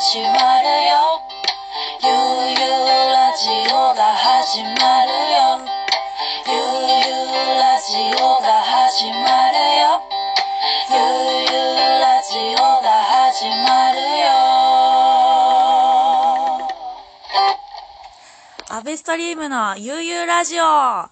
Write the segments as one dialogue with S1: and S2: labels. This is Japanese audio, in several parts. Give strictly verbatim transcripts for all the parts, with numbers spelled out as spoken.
S1: 始まるよ。ゆうゆうラジオが始まるよ。ゆうゆうラジオが始まるよ。ゆうゆうラジオが始まるよ。アベストリームのゆうゆうラジオ。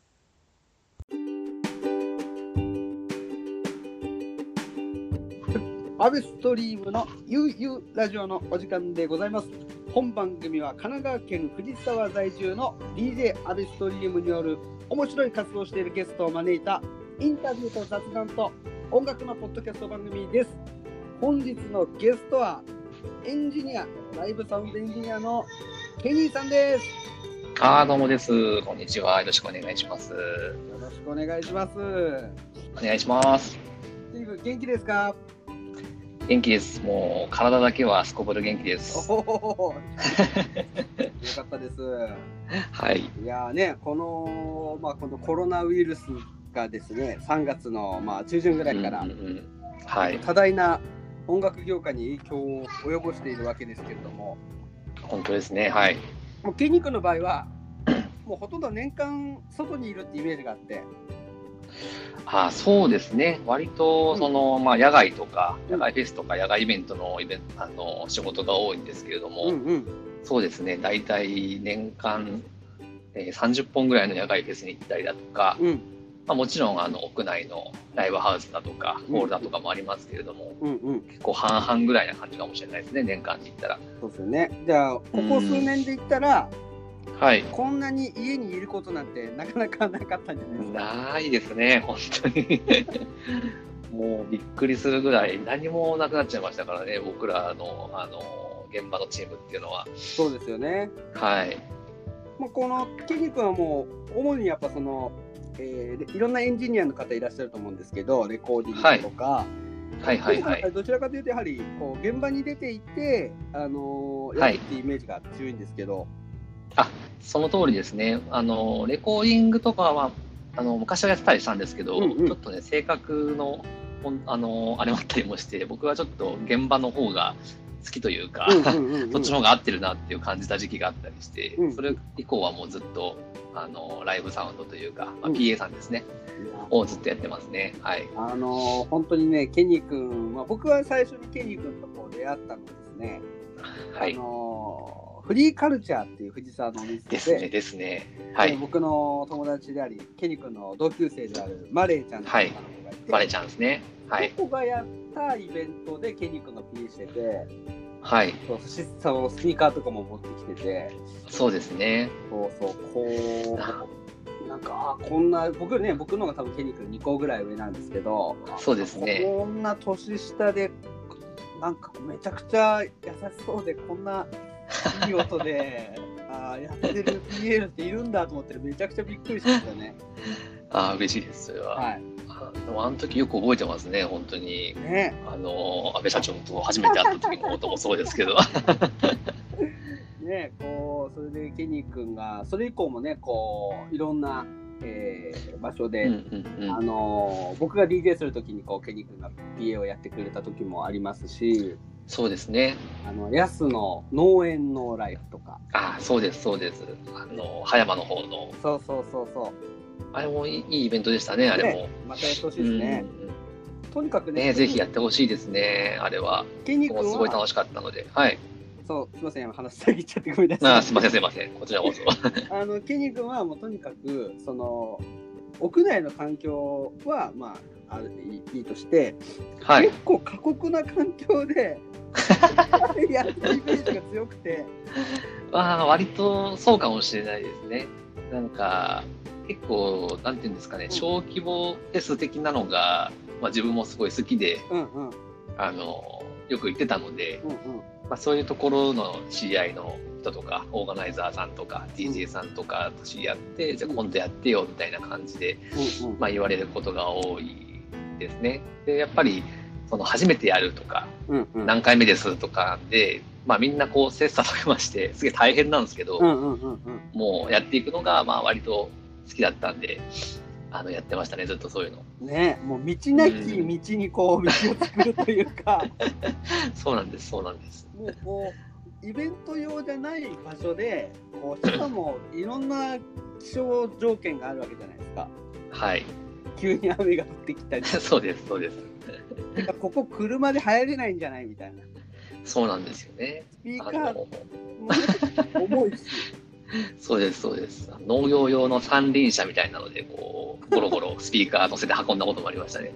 S2: アベストリームのゆうゆうラジオのお時間でございます。本番組は神奈川県藤沢在住の ディージェー アベストリームによる面白い活動をしているゲストを招いたインタビューと雑談と音楽のポッドキャスト番組です。本日のゲストはエンジニア、ライブサウンドエンジニアのケニーさんです。
S3: あーどうもです。こんにちは。よろしくお願いします。よ
S2: ろしくお願いします。
S3: お願いします。
S2: 元気ですか？
S3: 元気です。もう体だけはすこぶる元気です。
S2: およかったです。
S3: はい。
S2: いやね、このまあこのコロナウイルスがですね、さんがつのまあ中旬ぐらいから、うんうんうん、はい、多大な音楽業界に影響を及ぼしているわけですけれども。
S3: 本当ですね。はい。
S2: もうケニー君の場合はもうほとんど年間外にいるってイメージがあって。
S3: ああ、そうですね。割とその、うん、まあ野外とか野外フェスとか野外イベントのイベントあの仕事が多いんですけれども、うんうん、そうですね。だいたい年間、えー、さんじゅっぽんぐらいの野外フェスに行ったりだとか、うん、まあ、もちろんあの屋内のライブハウスだとかホールだとかもありますけれども、うんうん、結構半々ぐらいな感じかもしれないですね。年間に行ったら。
S2: そうですよね。じゃあここ数年で言ったら、
S3: うん、はい、
S2: こんなに家にいることなんてなかなかなかったんじゃないですか。
S3: ないですね、本当に。もうびっくりするぐらい何もなくなっちゃいましたからね、僕らの、あの現場のチームっていうのは。
S2: そうですよね。
S3: はい。
S2: まあ、このケニー君はもう主にやっぱその、えー、いろんなエンジニアの方いらっしゃると思うんですけど、レコーディングとか、はい、はいはいはい。どちらかというとやはりこう現場に出ていて、あのー、やるっていうイメージが強いんですけど。
S3: あ、その通りですね。あのレコーディングとかはあの昔はやってたりしたんですけど、うんうん、ちょっとね性格のあのあれもあったりもして、僕はちょっと現場の方が好きというか、うんうんうんうん、そっちの方が合ってるなっていう感じた時期があったりして、うん、それ以降はもうずっとあのライブサウンドというか、まあ、ピーエー さんですね、うん、をずっとやってますね。はい。
S2: あの本当にね、ケニー君、まあ、僕は最初にケニー君とこう出会ったのですね。はい。あのーフリーカルチャーっていう藤沢のお店で
S3: ですねですね、はい、
S2: 僕の友達でありケニー君の同級生であるマレーちゃんという女の子がいて、
S3: マレーちゃんですね、はい、
S2: ここがやったイベントでケニー君が ピーエー してて、
S3: はい、
S2: そうそのスピーカーとかも持ってきてて、
S3: そうですね、
S2: そうそうこうなんかあこんな僕ね僕の方が多分ケニー君にこぐらい上なんですけど、
S3: そうですね、
S2: こんな年下でなんかめちゃくちゃ優しそうでこんないい音であやってる ピーエー っているんだと思ってめちゃくちゃびっくりしましたね。
S3: あ嬉しいですそれは、はい、あのあの時よく覚えてますね本当に、ね、あの安倍社長と初めて会った時のこともそうですけど
S2: ねこうそれでケニー君がそれ以降もねこういろんな、えー、場所で、うんうんうん、あの僕が ディージェー する時にこうケニー君が ピーエー をやってくれた時もありますし、
S3: そうですね。
S2: あの安の農園のライフとか。
S3: あ、そうですそうです。あの葉山の方の。
S2: そうそうそうそう。
S3: あれもいいイベントでしたね。あれも。ね、
S2: またやってほしいですね。とにかくね。
S3: ねぜひやってほしいですね。あれは。
S2: ケニー君は
S3: すごい楽しかったので。はい。
S2: そうすみません話遮っちゃってごめんなさい。
S3: あすみませんすみませんこちらこそ。
S2: あのケニー君はもうとにかくその屋内の環境はまああるいいとして、はい、結構過酷な環境で。やってるイメージが強くて
S3: ああ割とそうかもしれないですね。なんか結構なんていうんですかね、うん、小規模フェス的なのが、まあ、自分もすごい好きで、うんうん、あのよく行ってたので、うんうんまあ、そういうところの知り合いの人とかオーガナイザーさんとか ディージェー さんとかと知り合って、うん、じゃあ今度やってよみたいな感じで、うんうんまあ、言われることが多いですね。でやっぱりその初めてやるとか、うんうん、何回目ですとかで、まあ、みんなこう切磋琢磨してすげえ大変なんですけど、うんうんうんうん、もうやっていくのがまあ割と好きだったんで、 あのやってましたね、ずっとそういうの。
S2: ね、もう道なき道にこう道を作るというか、
S3: うん、そうなんです、そうなんです。
S2: もうこうイベント用じゃない場所で、こうしかもいろんな気象条件があるわけじゃないですか。
S3: はい。
S2: 急に雨が降ってきたり。
S3: そうです、そうです。
S2: てかここ車で入れないんじゃないみたいな。
S3: そうなんですよね。
S2: スピーカーも重いし。
S3: そうです、そうです。農業用の三輪車みたいなので、こうゴロゴロスピーカー乗せて運んだこともありましたね。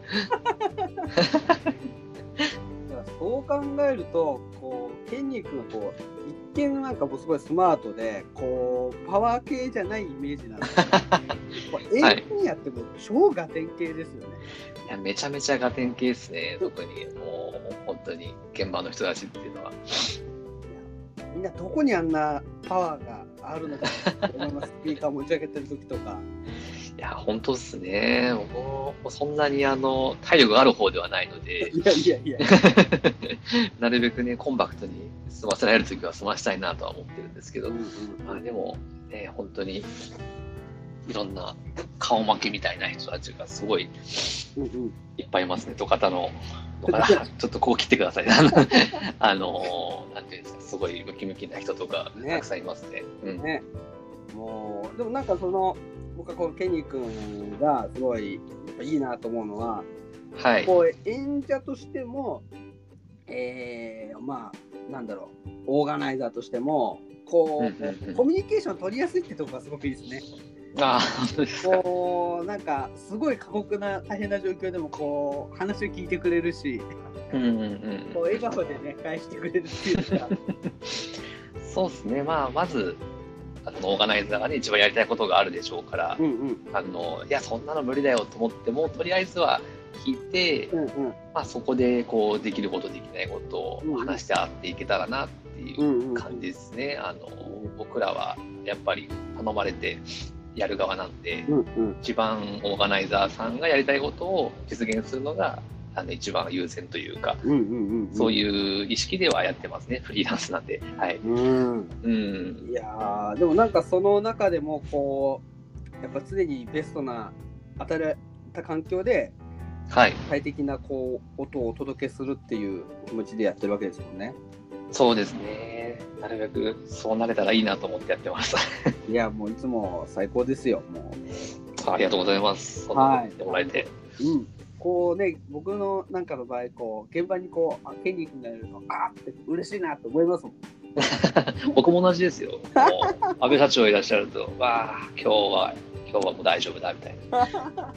S2: そう考えると、こうケンニー君はこう一見なんかもうすごいスマートで、こうパワー系じゃないイメージなんですけど、エンジニアってもう超ガテン系ですよね。
S3: いや、めちゃめちゃガテン系ですね。特にもう本当に現場の人たちっていうのは。
S2: みんなどこにあんなパワーがあるのかと思います。スピーカー持ち上げてる時とか。
S3: いや、本当ですね。もうそんなにあの体力がある方ではないので、
S2: いやいやいや
S3: なるべくね、コンパクトに済ませられるときは済ましたいなとは思ってるんですけど、うんうん、まあ、でも、ね、本当にいろんな顔負けみたいな人たちがすごいいっぱいいますね。土方の、土方ちょっとこう切ってください。あの、なんていうんですか、すごいムキムキな人とかたくさんいますね。ね、うん、
S2: ね、もうでもなんかその僕はこうケニー君がすごいやっぱいいなと思うのは、
S3: はい、
S2: こう演者としても、えー、まあなんだろう、オーガナイザーとしてもこう、うんうんうん、コミュニケーション取りやすいってところがすごくいいですね。
S3: あ
S2: こうなんかすごい過酷な大変な状況でもこう話を聞いてくれるし、
S3: うんうんうん、
S2: こう笑顔でね返してくれるっていうか。
S3: そうですね。まあまずあのオーガナイザーがね一番やりたいことがあるでしょうから、うんうん、あのいやそんなの無理だよと思ってもとりあえずは聞いて、うんうん、まあそこでこうできることできないことを話してあっていけたらなっていう感じですね。うんうん、あの僕らはやっぱり頼まれてやる側なんで、うんうん、一番オーガナイザーさんがやりたいことを実現するのがあの一番優先というか、うんうんうんうん、そういう意識ではやってますね。フリーランスなんで、はい。うん
S2: うん、いやでもなんかその中でもこうやっぱ常にベストな与えられた環境で、はい、快適なこう音をお届けするっていう気持ちでやってるわけですもんね。
S3: そうですね。なるべくそうなれたらいいなと思ってやってます。
S2: いやもういつも最高ですよ。も
S3: うありがとうございます。はい。言ってもらえて。
S2: うん。こうね、僕のなんかの場合、こう現場にこうケニー君がいると、あーって嬉しいなと思いますもん。
S3: 僕も同じですよ。もう安倍社長いらっしゃると、わあ今日は今日はもう大丈夫だみたいな。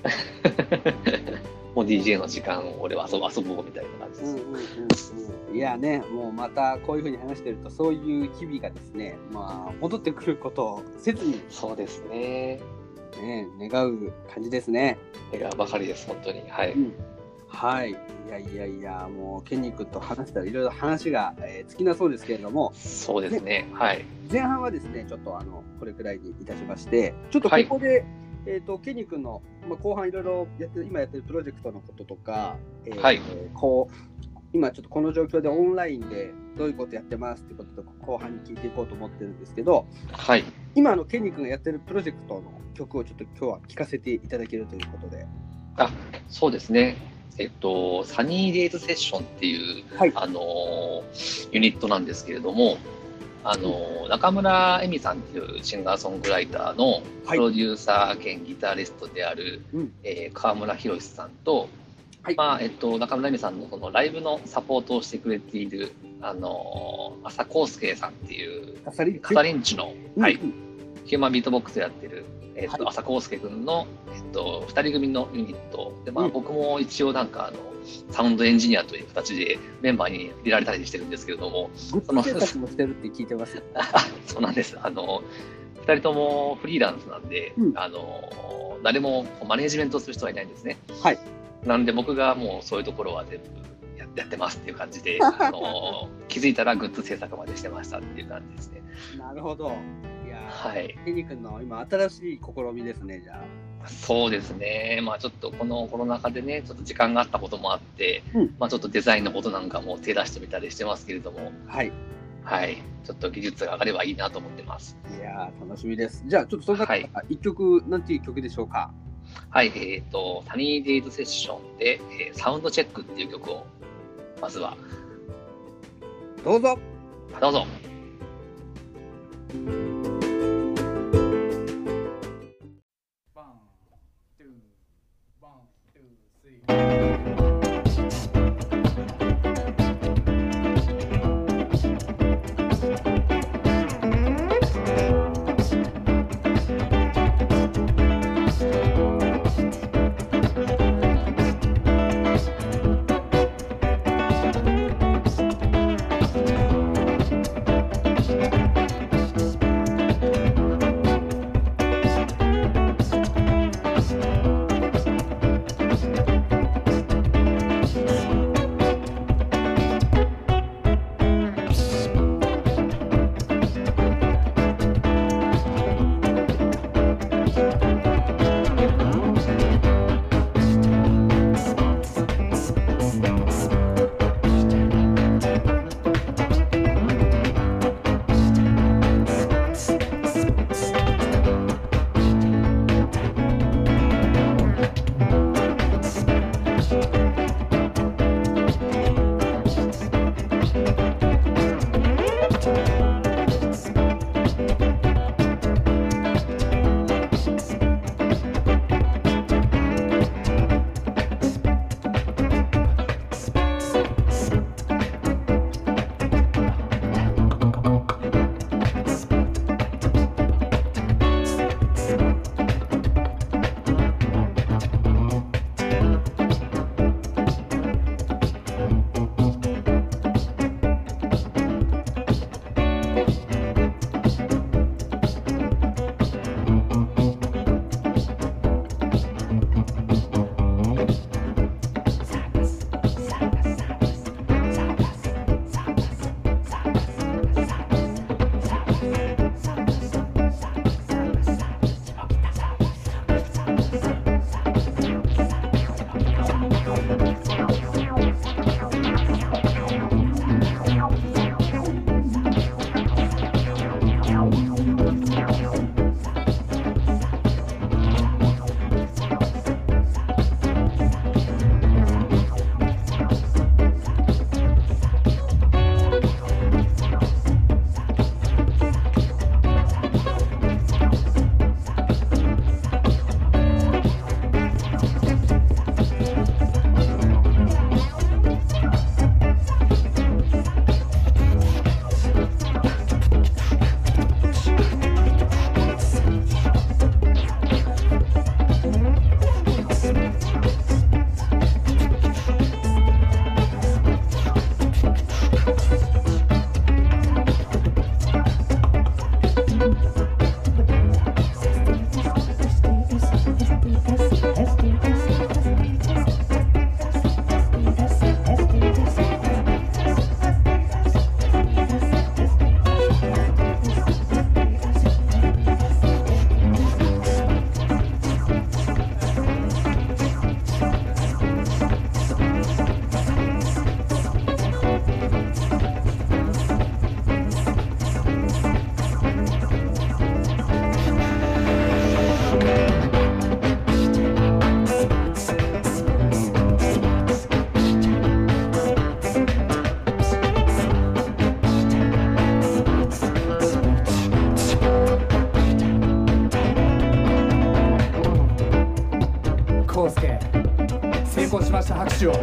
S3: もう ディージェー の時間を俺は遊ぶ遊ぼうみたいな感じです。うんうんうん
S2: うん、いやね、もうまたこういうふうに話してると、そういう日々がですね、まあ戻ってくることをせずに。
S3: そうですね。
S2: ね、願う感じですね。
S3: 願うばかりです、本当に。はい。うん、
S2: はい。いやいやいや、もうケニー君と話したらいろいろ話が、えー、尽きなそうですけれども。
S3: そうですね。はい。
S2: 前半はですね、ちょっとあのこれくらいにいたしまして、ちょっとここで、はい、えっとケニー君の、まあ、後半いろいろやってる今やってるプロジェクトのこととか、えー、はい。こう今ちょっとこの状況でオンラインでどういうことやってますってことと後半に聞いていこうと思ってるんですけど、はい。今のケニー君がやってるプロジェクトの曲をちょっと今日は聴かせていただけるということで。
S3: あ、そうですね。えっとサニーデイズセッションっていう、はい、あのユニットなんですけれども、あの、うん、中村恵美さんっていうシンガーソングライターのプロデューサー兼ギタリストである、はい、えー、川村博さんと、はい、まあえっと、中村恵美さんのそのライブのサポートをしてくれているあの浅香介さんっていうカサリンチの、うん、はい、ヒューマンビートボックスやってる、えっと、はい、浅香介君の、えっと、ふたり組のユニットで、まあ、僕も一応なんかあのサウンドエンジニアという形でメンバーに入れられたりしてるんですけれども、
S2: グッズ制作もしてるって聞いてます。
S3: そうなんです。あのふたりともフリーランスなんで、うん、あの誰もマネージメントする人はいないんですね。はい。なんで僕がもうそういうところは全部ややってますっていう感じで、あの気づいたらグッズ制作までしてましたっていう感じですね。
S2: なるほど。いや、はい。ケニー君の今新しい試みですね、じゃあ。
S3: そうですね。まあちょっとこのコロナ禍でね、ちょっと時間があったこともあって、うん、まあちょっとデザインのことなんかも手出してみたりしてますけれども、はい。はい。ちょっと技術が上がればいいなと思ってます。
S2: いやー、楽しみです。じゃあちょっとその中からいっきょく、なんていう曲でしょうか。
S3: はい、えっ、ー、と、サニーデイズセッションで、えー、サウンドチェックっていう曲を、まずは。
S2: どうぞ。
S3: どうぞ。
S4: しました。拍手を。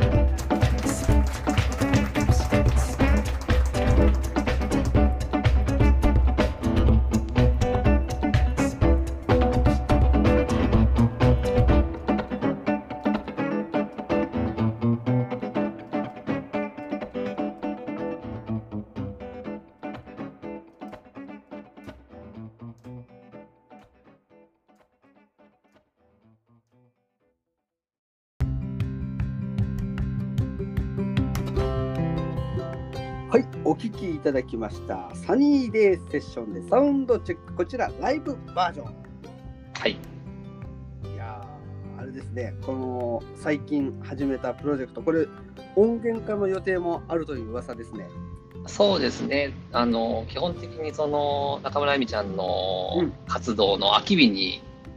S2: はい、お聴きいただきましたサニーデイセッションでサウンドチェック、こちらライブバージョン。
S3: はい。
S2: いやー、あれですね、この最近始めたプロジェクト、これ音源化の予定もあるという噂ですね。
S3: そうですね、あの基本的にその中村あゆみちゃんの活動の空き日に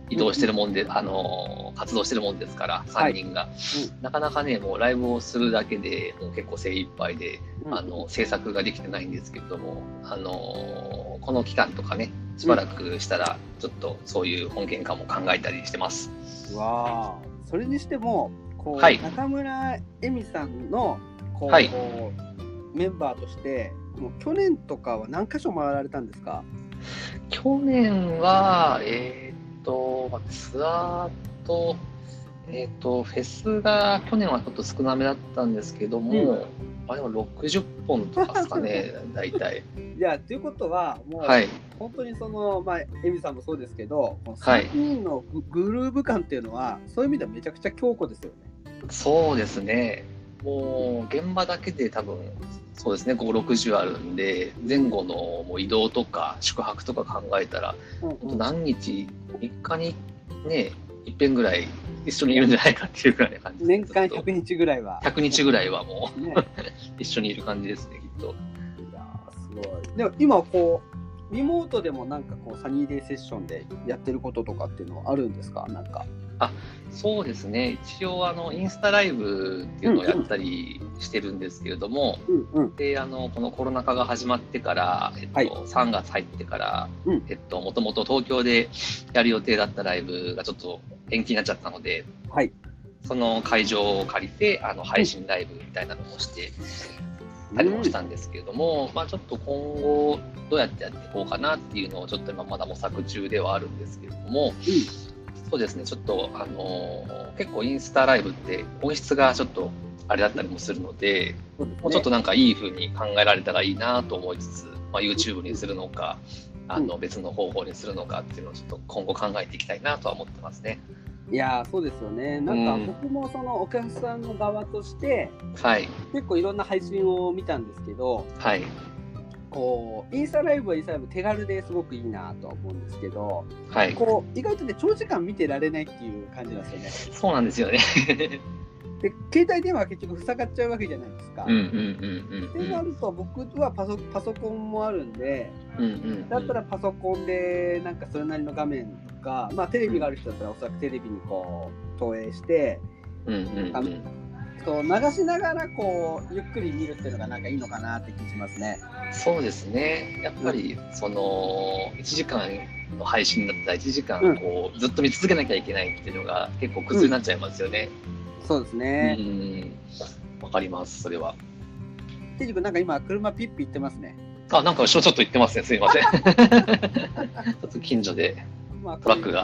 S3: 移動してるもんで、うん、あの活動してるもんですからさんにんが、はいうん、なかなかねもうライブをするだけでもう結構精一杯で、うん、あの制作ができてないんですけれども、あのこの期間とかねしばらくしたらちょっとそういう本源化も考えたりしてます。
S2: うん、わあ、それにしてもこう、はい、中村恵美さんのこう、はい、メンバーとしてもう去年とかは何カ所回られたんですか？
S3: 去年はえー、っとツアーとえー、っとフェスが去年はちょっと少なめだったんですけども、うん、あでもろくじゅっぽんとかですかね大体。
S2: いやということはもう、はい、本当にそのまあ恵美さんもそうですけど、このさんにんのグルーヴ感っていうのは、はい、そういう意味ではめちゃくちゃ強固ですよね。
S3: そうですね。もう現場だけで多分そうですねごじゅうろくじゅうあるんで、前後のもう移動とか宿泊とか考えたら、うんうん、何日みっかにねいっぺんぐらい一緒にいるんじゃないかっていうぐらいな感じ。
S2: 年間ひゃくにちぐらいは
S3: ひゃくにちぐらいはもう、ね、一緒にいる感じですねきっと。
S2: いやすごい。でも今こうリモートでもなんかこうサニーデイセッションでやってることとかっていうのはあるんですか？なんか
S3: あそうですね、一応あのインスタライブっていうのをやったりしてるんですけれども、うんうん、であのこのコロナ禍が始まってから、えっとはい、さんがつ入ってから、うん、えっと、もともと東京でやる予定だったライブがちょっと延期になっちゃったので、はい、その会場を借りてあの配信ライブみたいなのをしてたりもしたんですけれども、うんまあ、ちょっと今後どうやってやっていこうかなっていうのをちょっと今まだ模索中ではあるんですけれども、うんそうですね、ちょっと、あのー、結構インスタライブって音質がちょっとあれだったりもするので、ね、もうちょっとなんかいい風に考えられたらいいなと思いつつ、まあ、YouTube にするのか、あの別の方法にするのかっていうのをちょっと今後考えていきたいなとは思ってますね。
S2: いやそうですよね。なんか僕もそのお客さんの側として、うんはい、結構いろんな配信を見たんですけど、はいこうインスタライブはインスタライブ手軽ですごくいいなとは思うんですけど、はい、こう意外とね長時間見てられないっていう感じなんですよね。
S3: そうなんですよね
S2: で携帯電話は結局塞がっちゃうわけじゃないですか。ってなると僕はパソ、パソコンもあるんで、うんうんうん、だったらパソコンでなんかそれなりの画面とか、まあ、テレビがある人だったらおそらくテレビにこう投影して、うんうんうんそう流しながらこうゆっくり見るっていうのがなんかいいのかなって気しますね。
S3: そうですね。やっぱりそのいちじかんの配信だったらいちじかんこうずっと見続けなきゃいけないっていうのが結構苦痛になっちゃいますよね。
S2: うん、そうですね。
S3: うん、わかりますそれは。
S2: てじくんなんか今車ピッピ行ってますね。
S3: あなんか後ろちょっと行ってますねすいません。ちょっと近所でトラックが。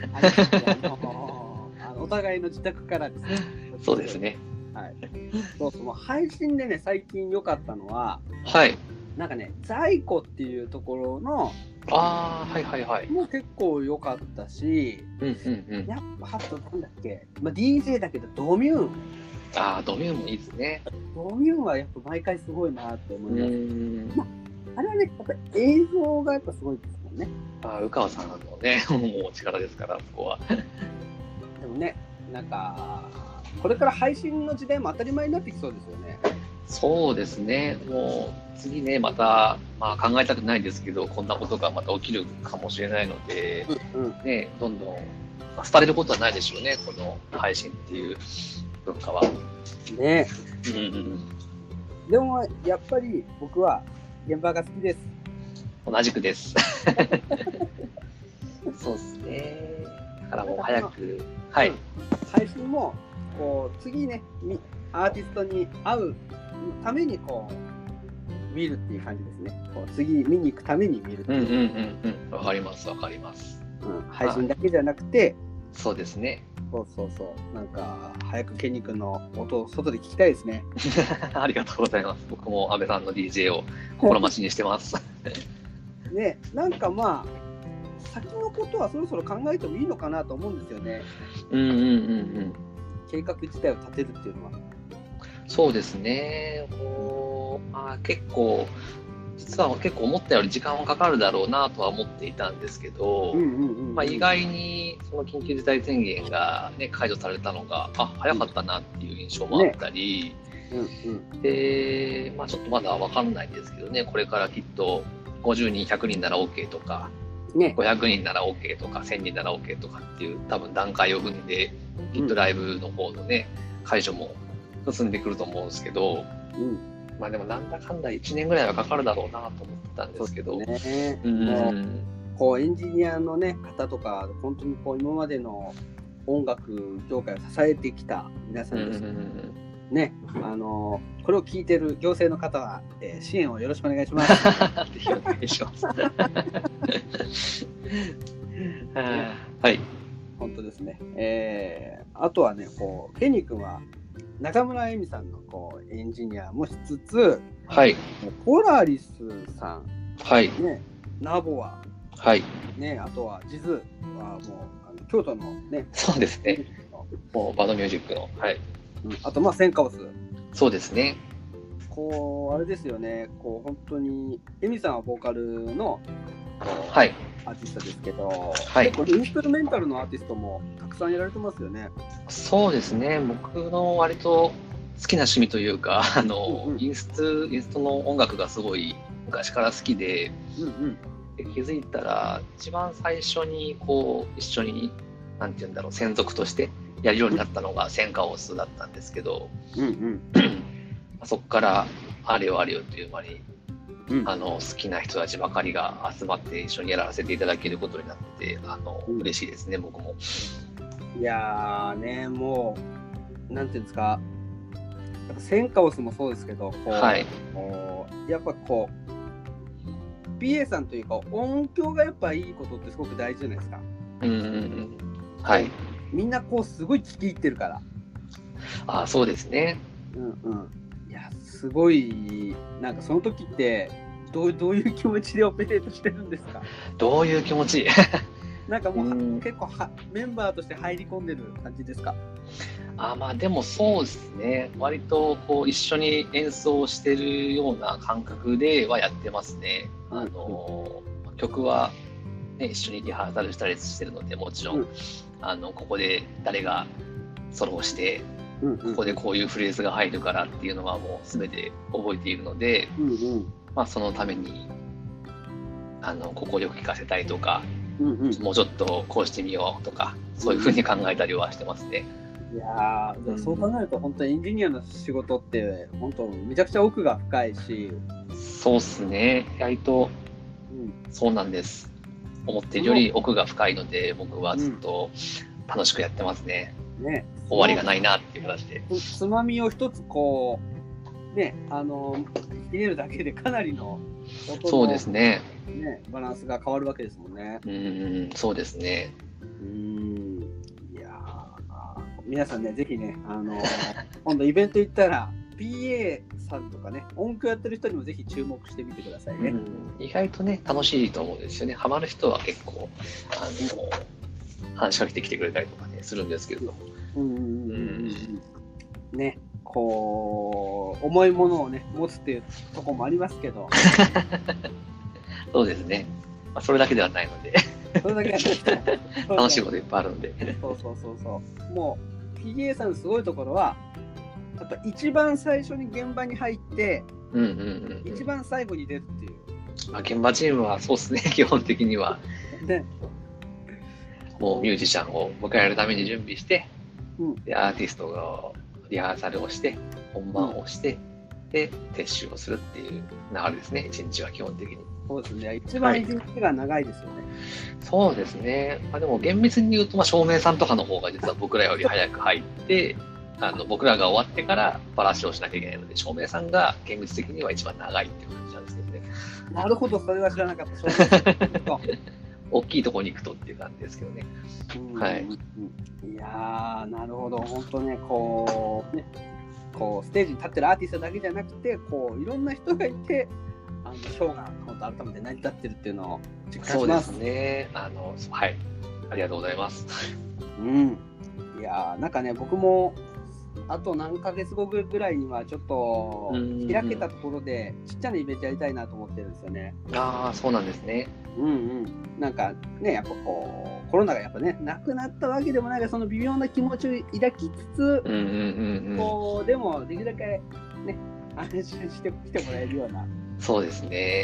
S2: お互いの自宅からですね。
S3: そうですね。
S2: はい、そうそう配信でね最近良かったのは、
S3: はい、
S2: なんかね在庫っていうところの
S3: あはいはいはい
S2: もう結構良かったし、うんうんうん、やっぱあとなんだっけ、まあ、ディージェー だけどドミューン
S3: あドミューンもいいですね。
S2: ドミューンはやっぱ毎回すごいなって思います。まあ、あれはねやっぱ映像がやっぱすごいですもんね。
S3: あ宇川さんのねもう力ですからそこは。
S2: でもねなんかこれから配信の時代も当たり前になってきそうですよね。
S3: そうですね。もう次ねまた、まあ、考えたくないですけどこんなことがまた起きるかもしれないので、うんうん、ねどんどん、まあ、廃れることはないでしょうねこの配信っていう文化は。
S2: ね、うんうん、でもやっぱり僕は現場が好きです。
S3: 同じくです。そうですね。だからもう早く、はい、うん、
S2: 配信もこう次ねアーティストに会うためにこう見るっていう感じですね。こう次見に行くために見るっていう。うんうん
S3: うんうん。わかりますわかります。
S2: うん、配信だけじゃなくて。
S3: そうですね。
S2: そうそうそう。なんか早くケニ君の音を外で聞きたいですね。
S3: ありがとうございます。僕も安倍さんの ディージェー を心待ちにしてます。
S2: ねなんかまあ先のことはそろそろ考えてもいいのかなと思うんですよね。うんうんうんうん。計画自体を立てるっていうのは。
S3: そうですね。もうまあ、結構実は結構思ったより時間はかかるだろうなとは思っていたんですけど、まあ、意外にその緊急事態宣言が、ね、解除されたのがあ早かったなっていう印象もあったり、ねうんうん、で、まあ、ちょっとまだ分かんないんですけどねこれからきっとごじゅうにんひゃくにんなら OK とかね、ごひゃくにんなら OK とかせんにんなら OK とかっていう多分段階を踏んで、きっとライブの方のね、うん、解除も進んでくると思うんですけど、うん、まあでもなんだかんだいちねんぐらいはかかるだろうなと思ってたんですけど、
S2: ね、うん、こうエンジニアの、ね、方とか本当にこう今までの音楽業界を支えてきた皆さんです、うんうんうん、ね、あのこれを聞いてる行政の方は、えー、支援をよろしくお願いします。ぜ
S3: ひお願いします。はい。
S2: 本当ですね。えー、あとはね、こうケニー君は中村恵美さんのこうエンジニアもしつつ、
S3: はい。
S2: ポラリスさん、
S3: はい。
S2: ね、ナボア、
S3: はい。
S2: ね、あとはジズはもうあの京都のね、
S3: そうですね。もうバドミュージックの、はい。
S2: うん、あとまあセンカオス。
S3: そうですね。
S2: こうあれですよね。こう本当にエミさんはボーカルの、
S3: はい、
S2: アーティストですけど、
S3: はい、
S2: 結構インストゥルメンタルのアーティストもたくさんやられてますよね。
S3: そうですね。僕の割と好きな趣味というか、あの、うんうん、インストインストの音楽がすごい昔から好きで、うんうん、で気づいたら一番最初にこう一緒になんていうんだろう専属としてやるようになったのがセンカオスだったんですけど、うんうん、そこからあれよあれよという間に、うん、あの好きな人たちばかりが集まって一緒にやらせていただけることになってあの、うん、嬉しいですね僕も。
S2: いやーねもうなんていうんですかセンカオスもそうですけどこう、はい、こうやっぱこう ピーエー さんというか音響がやっぱいいことってすごく大事じゃないですか。
S3: うんうんうんはい
S2: みんなこうすごい聞き入ってるから。
S3: ああそうですね。
S2: うんうん。いやすごいなんかその時ってどうどういう気持ちでオペレートしてるんですか。
S3: どういう気持ち
S2: なんかもう、うん、結構はメンバーとして入り込んでる感じですか。
S3: あまあでもそうですね。割とこう一緒に演奏してるような感覚ではやってますね。うん、あの曲は、ね、一緒にリハーサルしたりしてるのでもちろん。うんあのここで誰がソロをして、うんうん、ここでこういうフレーズが入るからっていうのはもう全て覚えているので、うんうんまあ、そのためにあのここよく聞かせたいとか、うんうん、もうちょっとこうしてみようとかそういうふうに考えたりはしてますね。
S2: いやー、そう考えると本当にエンジニアの仕事って本当めちゃくちゃ奥が深いし。
S3: そうっすね意外と、うん、そうなんです。思っているより奥が深いので僕はずっと楽しくやってますね。うん、ね終わりがないなっていう形で。
S2: つまみを一つこうねあの入れるだけでかなりの
S3: 音のそうですね。
S2: ねバランスが変わるわけですもんね。
S3: うんそうですね。
S2: うんいや皆さんねぜひねあの今度イベント行ったら。ピーエー さんとかね音響やってる人にもぜひ注目してみてくださいね、うん、
S3: 意外とね楽しいと思うんですよね。ハマる人は結構あの話しかけてきてくれたりとかねするんですけれども、うんうんうん
S2: うん、ねこう重いものをね持つっていうところもありますけど
S3: そうですね、まあ、それだけではないので
S2: それだけは
S3: 楽しいこといっぱいあるんで
S2: そうそうそうそうもう ピーエー さんのすごいところはやっぱ一番最初に現場に入って、うんうんうんうん、一番最後に出るっていう、
S3: まあ、現場チームはそうですね基本的には、ね、もうミュージシャンを迎えるために準備して、うん、でアーティストがリハーサルをして本番をして、うん、で撤収をするっていう流れですね。一日は基本的に
S2: そうですね一番一日が長いですよね、はい、
S3: そうですね、まあ、でも厳密に言うと、まあ、照明さんとかの方が実は僕らより早く入ってあの僕らが終わってからバラシをしなきゃいけないので照明さんが厳密的には一番長いっていう感じなんですけどね。
S2: なるほどそれは知らなかった
S3: 大きいところに行くとっていう感じですけどね。はい、
S2: いやーなるほど本当ねこうねこうステージに立ってるアーティストだけじゃなくてこういろんな人がいてあのショーが本当改めて成り立ってるっていうのを実感します。
S3: そうですねあのはいありがとうございます。
S2: うんいやーなんかね僕もあと何ヶ月後ぐらいにはちょっと開けたところでちっちゃなイベントやりたいなと思ってるんですよね。
S3: ああそうなんですね。
S2: うんうんなんかねやっぱこうコロナがやっぱねなくなったわけでもないがその微妙な気持ちを抱きつつ、うんうんうんうん、こうでもできるだけね安心して来てもらえるような
S3: そうですね。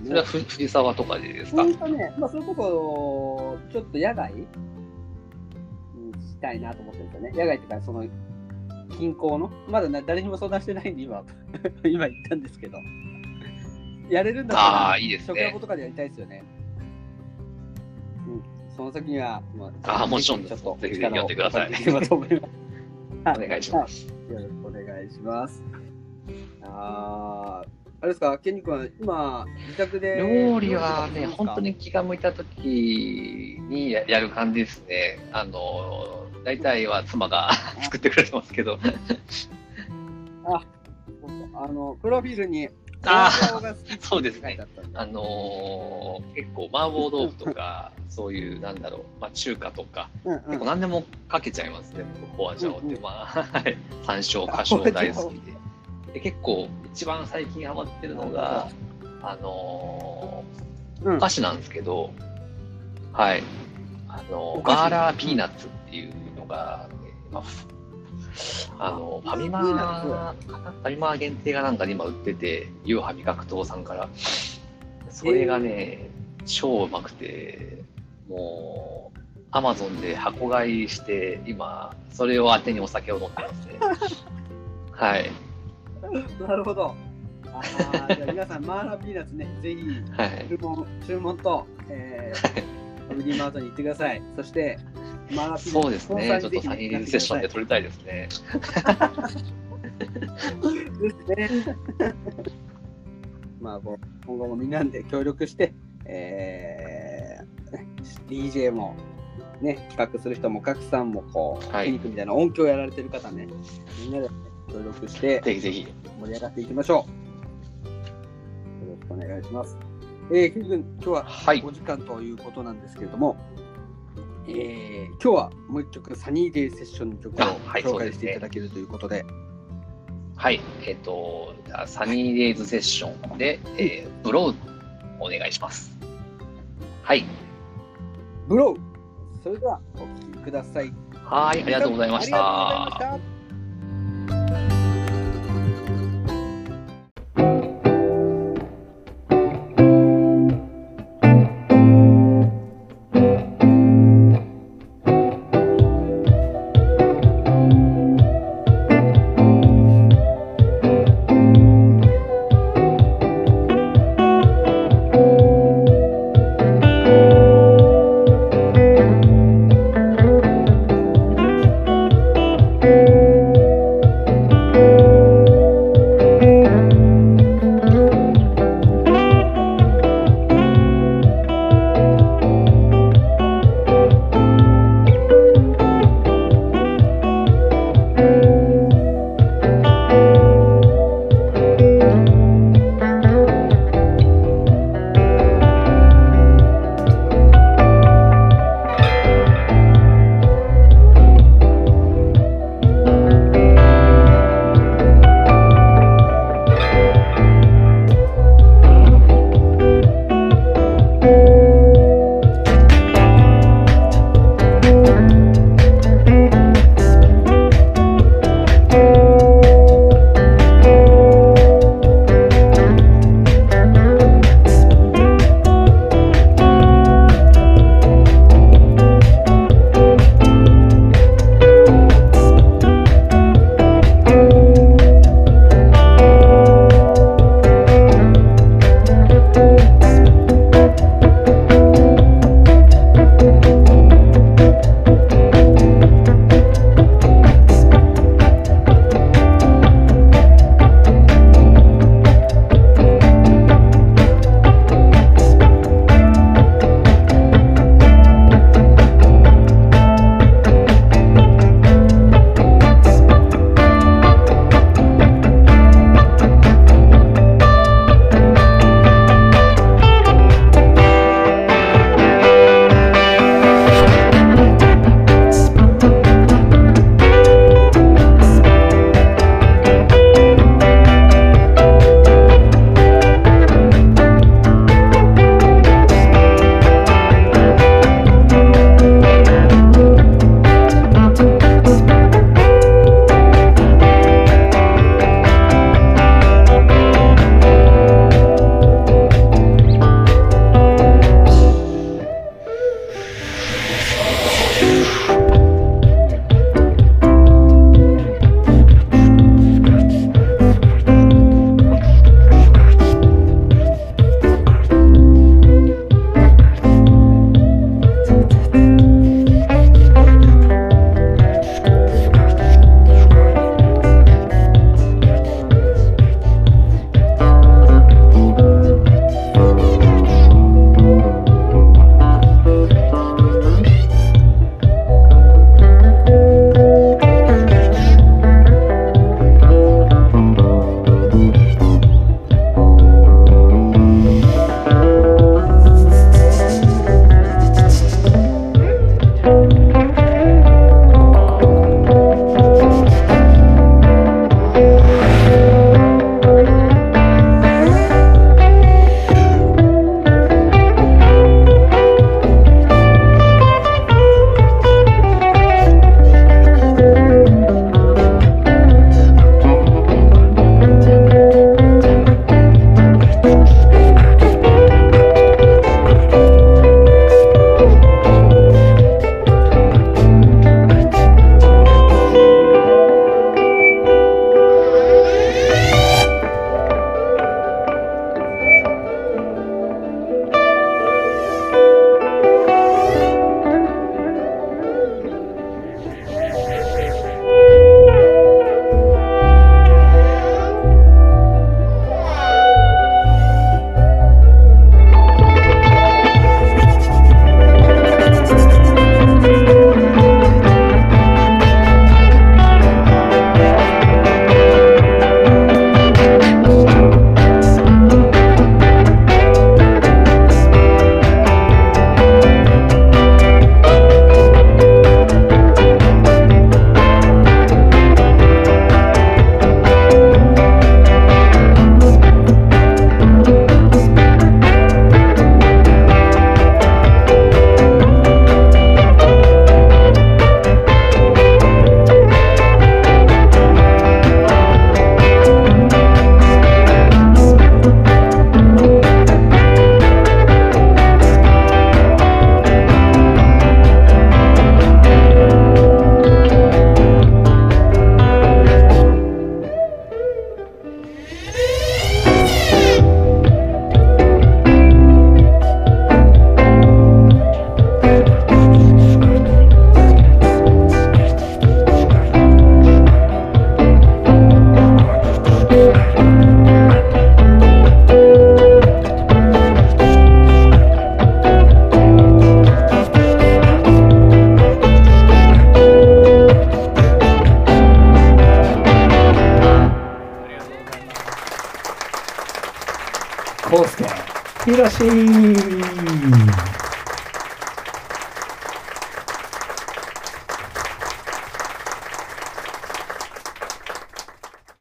S2: も。
S3: それは藤沢とかでですか？
S2: 本当ね、まあ、それこそ、ちょっと野外にしたいなと思ってるんですよね。野外っていうか、その、近郊の、まだ誰にも相談してないんで、今、今言ったんですけど、やれるんだったら、
S3: あーいいですね
S2: 食レポとかでやりたいですよね。うん、その先には、ま
S3: あーもちろん
S2: ちょっと
S3: ぜひぜひ呼んでください
S2: お
S3: 願いします。
S2: よろしくお願いします。あーあれですか、ケンニ君は今、自宅で。
S3: 料理はね、本当に気が向いたときにややる感じですね。あの、大体は妻が作ってくれてますけど。
S2: あ、あの、プロフィールに、
S3: あ
S2: 顔が好きって
S3: そうですね
S2: 書いてあったんで。
S3: あのー結構麻婆豆腐とかそういうなんだろう、まあ、中華とか、
S2: うんうん、
S3: 結構何でもかけちゃいますね、僕ホアジャオって、
S2: うんうん
S3: まあはい山椒花椒大好きで、で結構一番最近ハマってるのがあのー
S2: うん
S3: お菓子なんですけど、はい、あの
S2: お菓子
S3: マーラーピーナッツっていうのが、ね、まああのファミマ
S2: ピーナッツ
S3: かなファミマ限定がなんかで今売ってて、ユーハ味覚糖さんからそれがね、超うまくて、もうアマゾンで箱買いして今それを当てにお酒を飲んでますねはい
S2: なるほど。あーじゃあ皆さん、マーラーピーナッツね、ぜひ
S3: はい
S2: 注文、注文と、えー、ファミリーマートに行ってください。そして、マーラーピーナッツ
S3: そうですね、ちょっとサニーレイズセッションで撮りたいですね。
S2: ですね。まあ、こう今後もみんなで協力して、えー、ディージェー も、ね、企画する人も、各さんもこう、
S3: はい
S2: 筋肉みたいな音響やられてる方ね、みんなで協力して
S3: ぜひぜひ。
S2: 盛り上がっていきましょう。よろしくお願いします。えー、ケン君、今日は
S3: はい
S2: お時間ということなんですけれども、えー、今日はもう一曲、サニーデイセッションの曲を
S3: あはい
S2: 紹介していただけるということで、
S3: はい、えっ、と、じゃあサニーデイズセッションで、えー、ブローお願いします。はい。
S2: ブロー、それではお聴きください。
S3: はい、ありがとうございまし
S2: ありがとうございま
S3: た。
S2: した。「
S4: 康介、ひろし。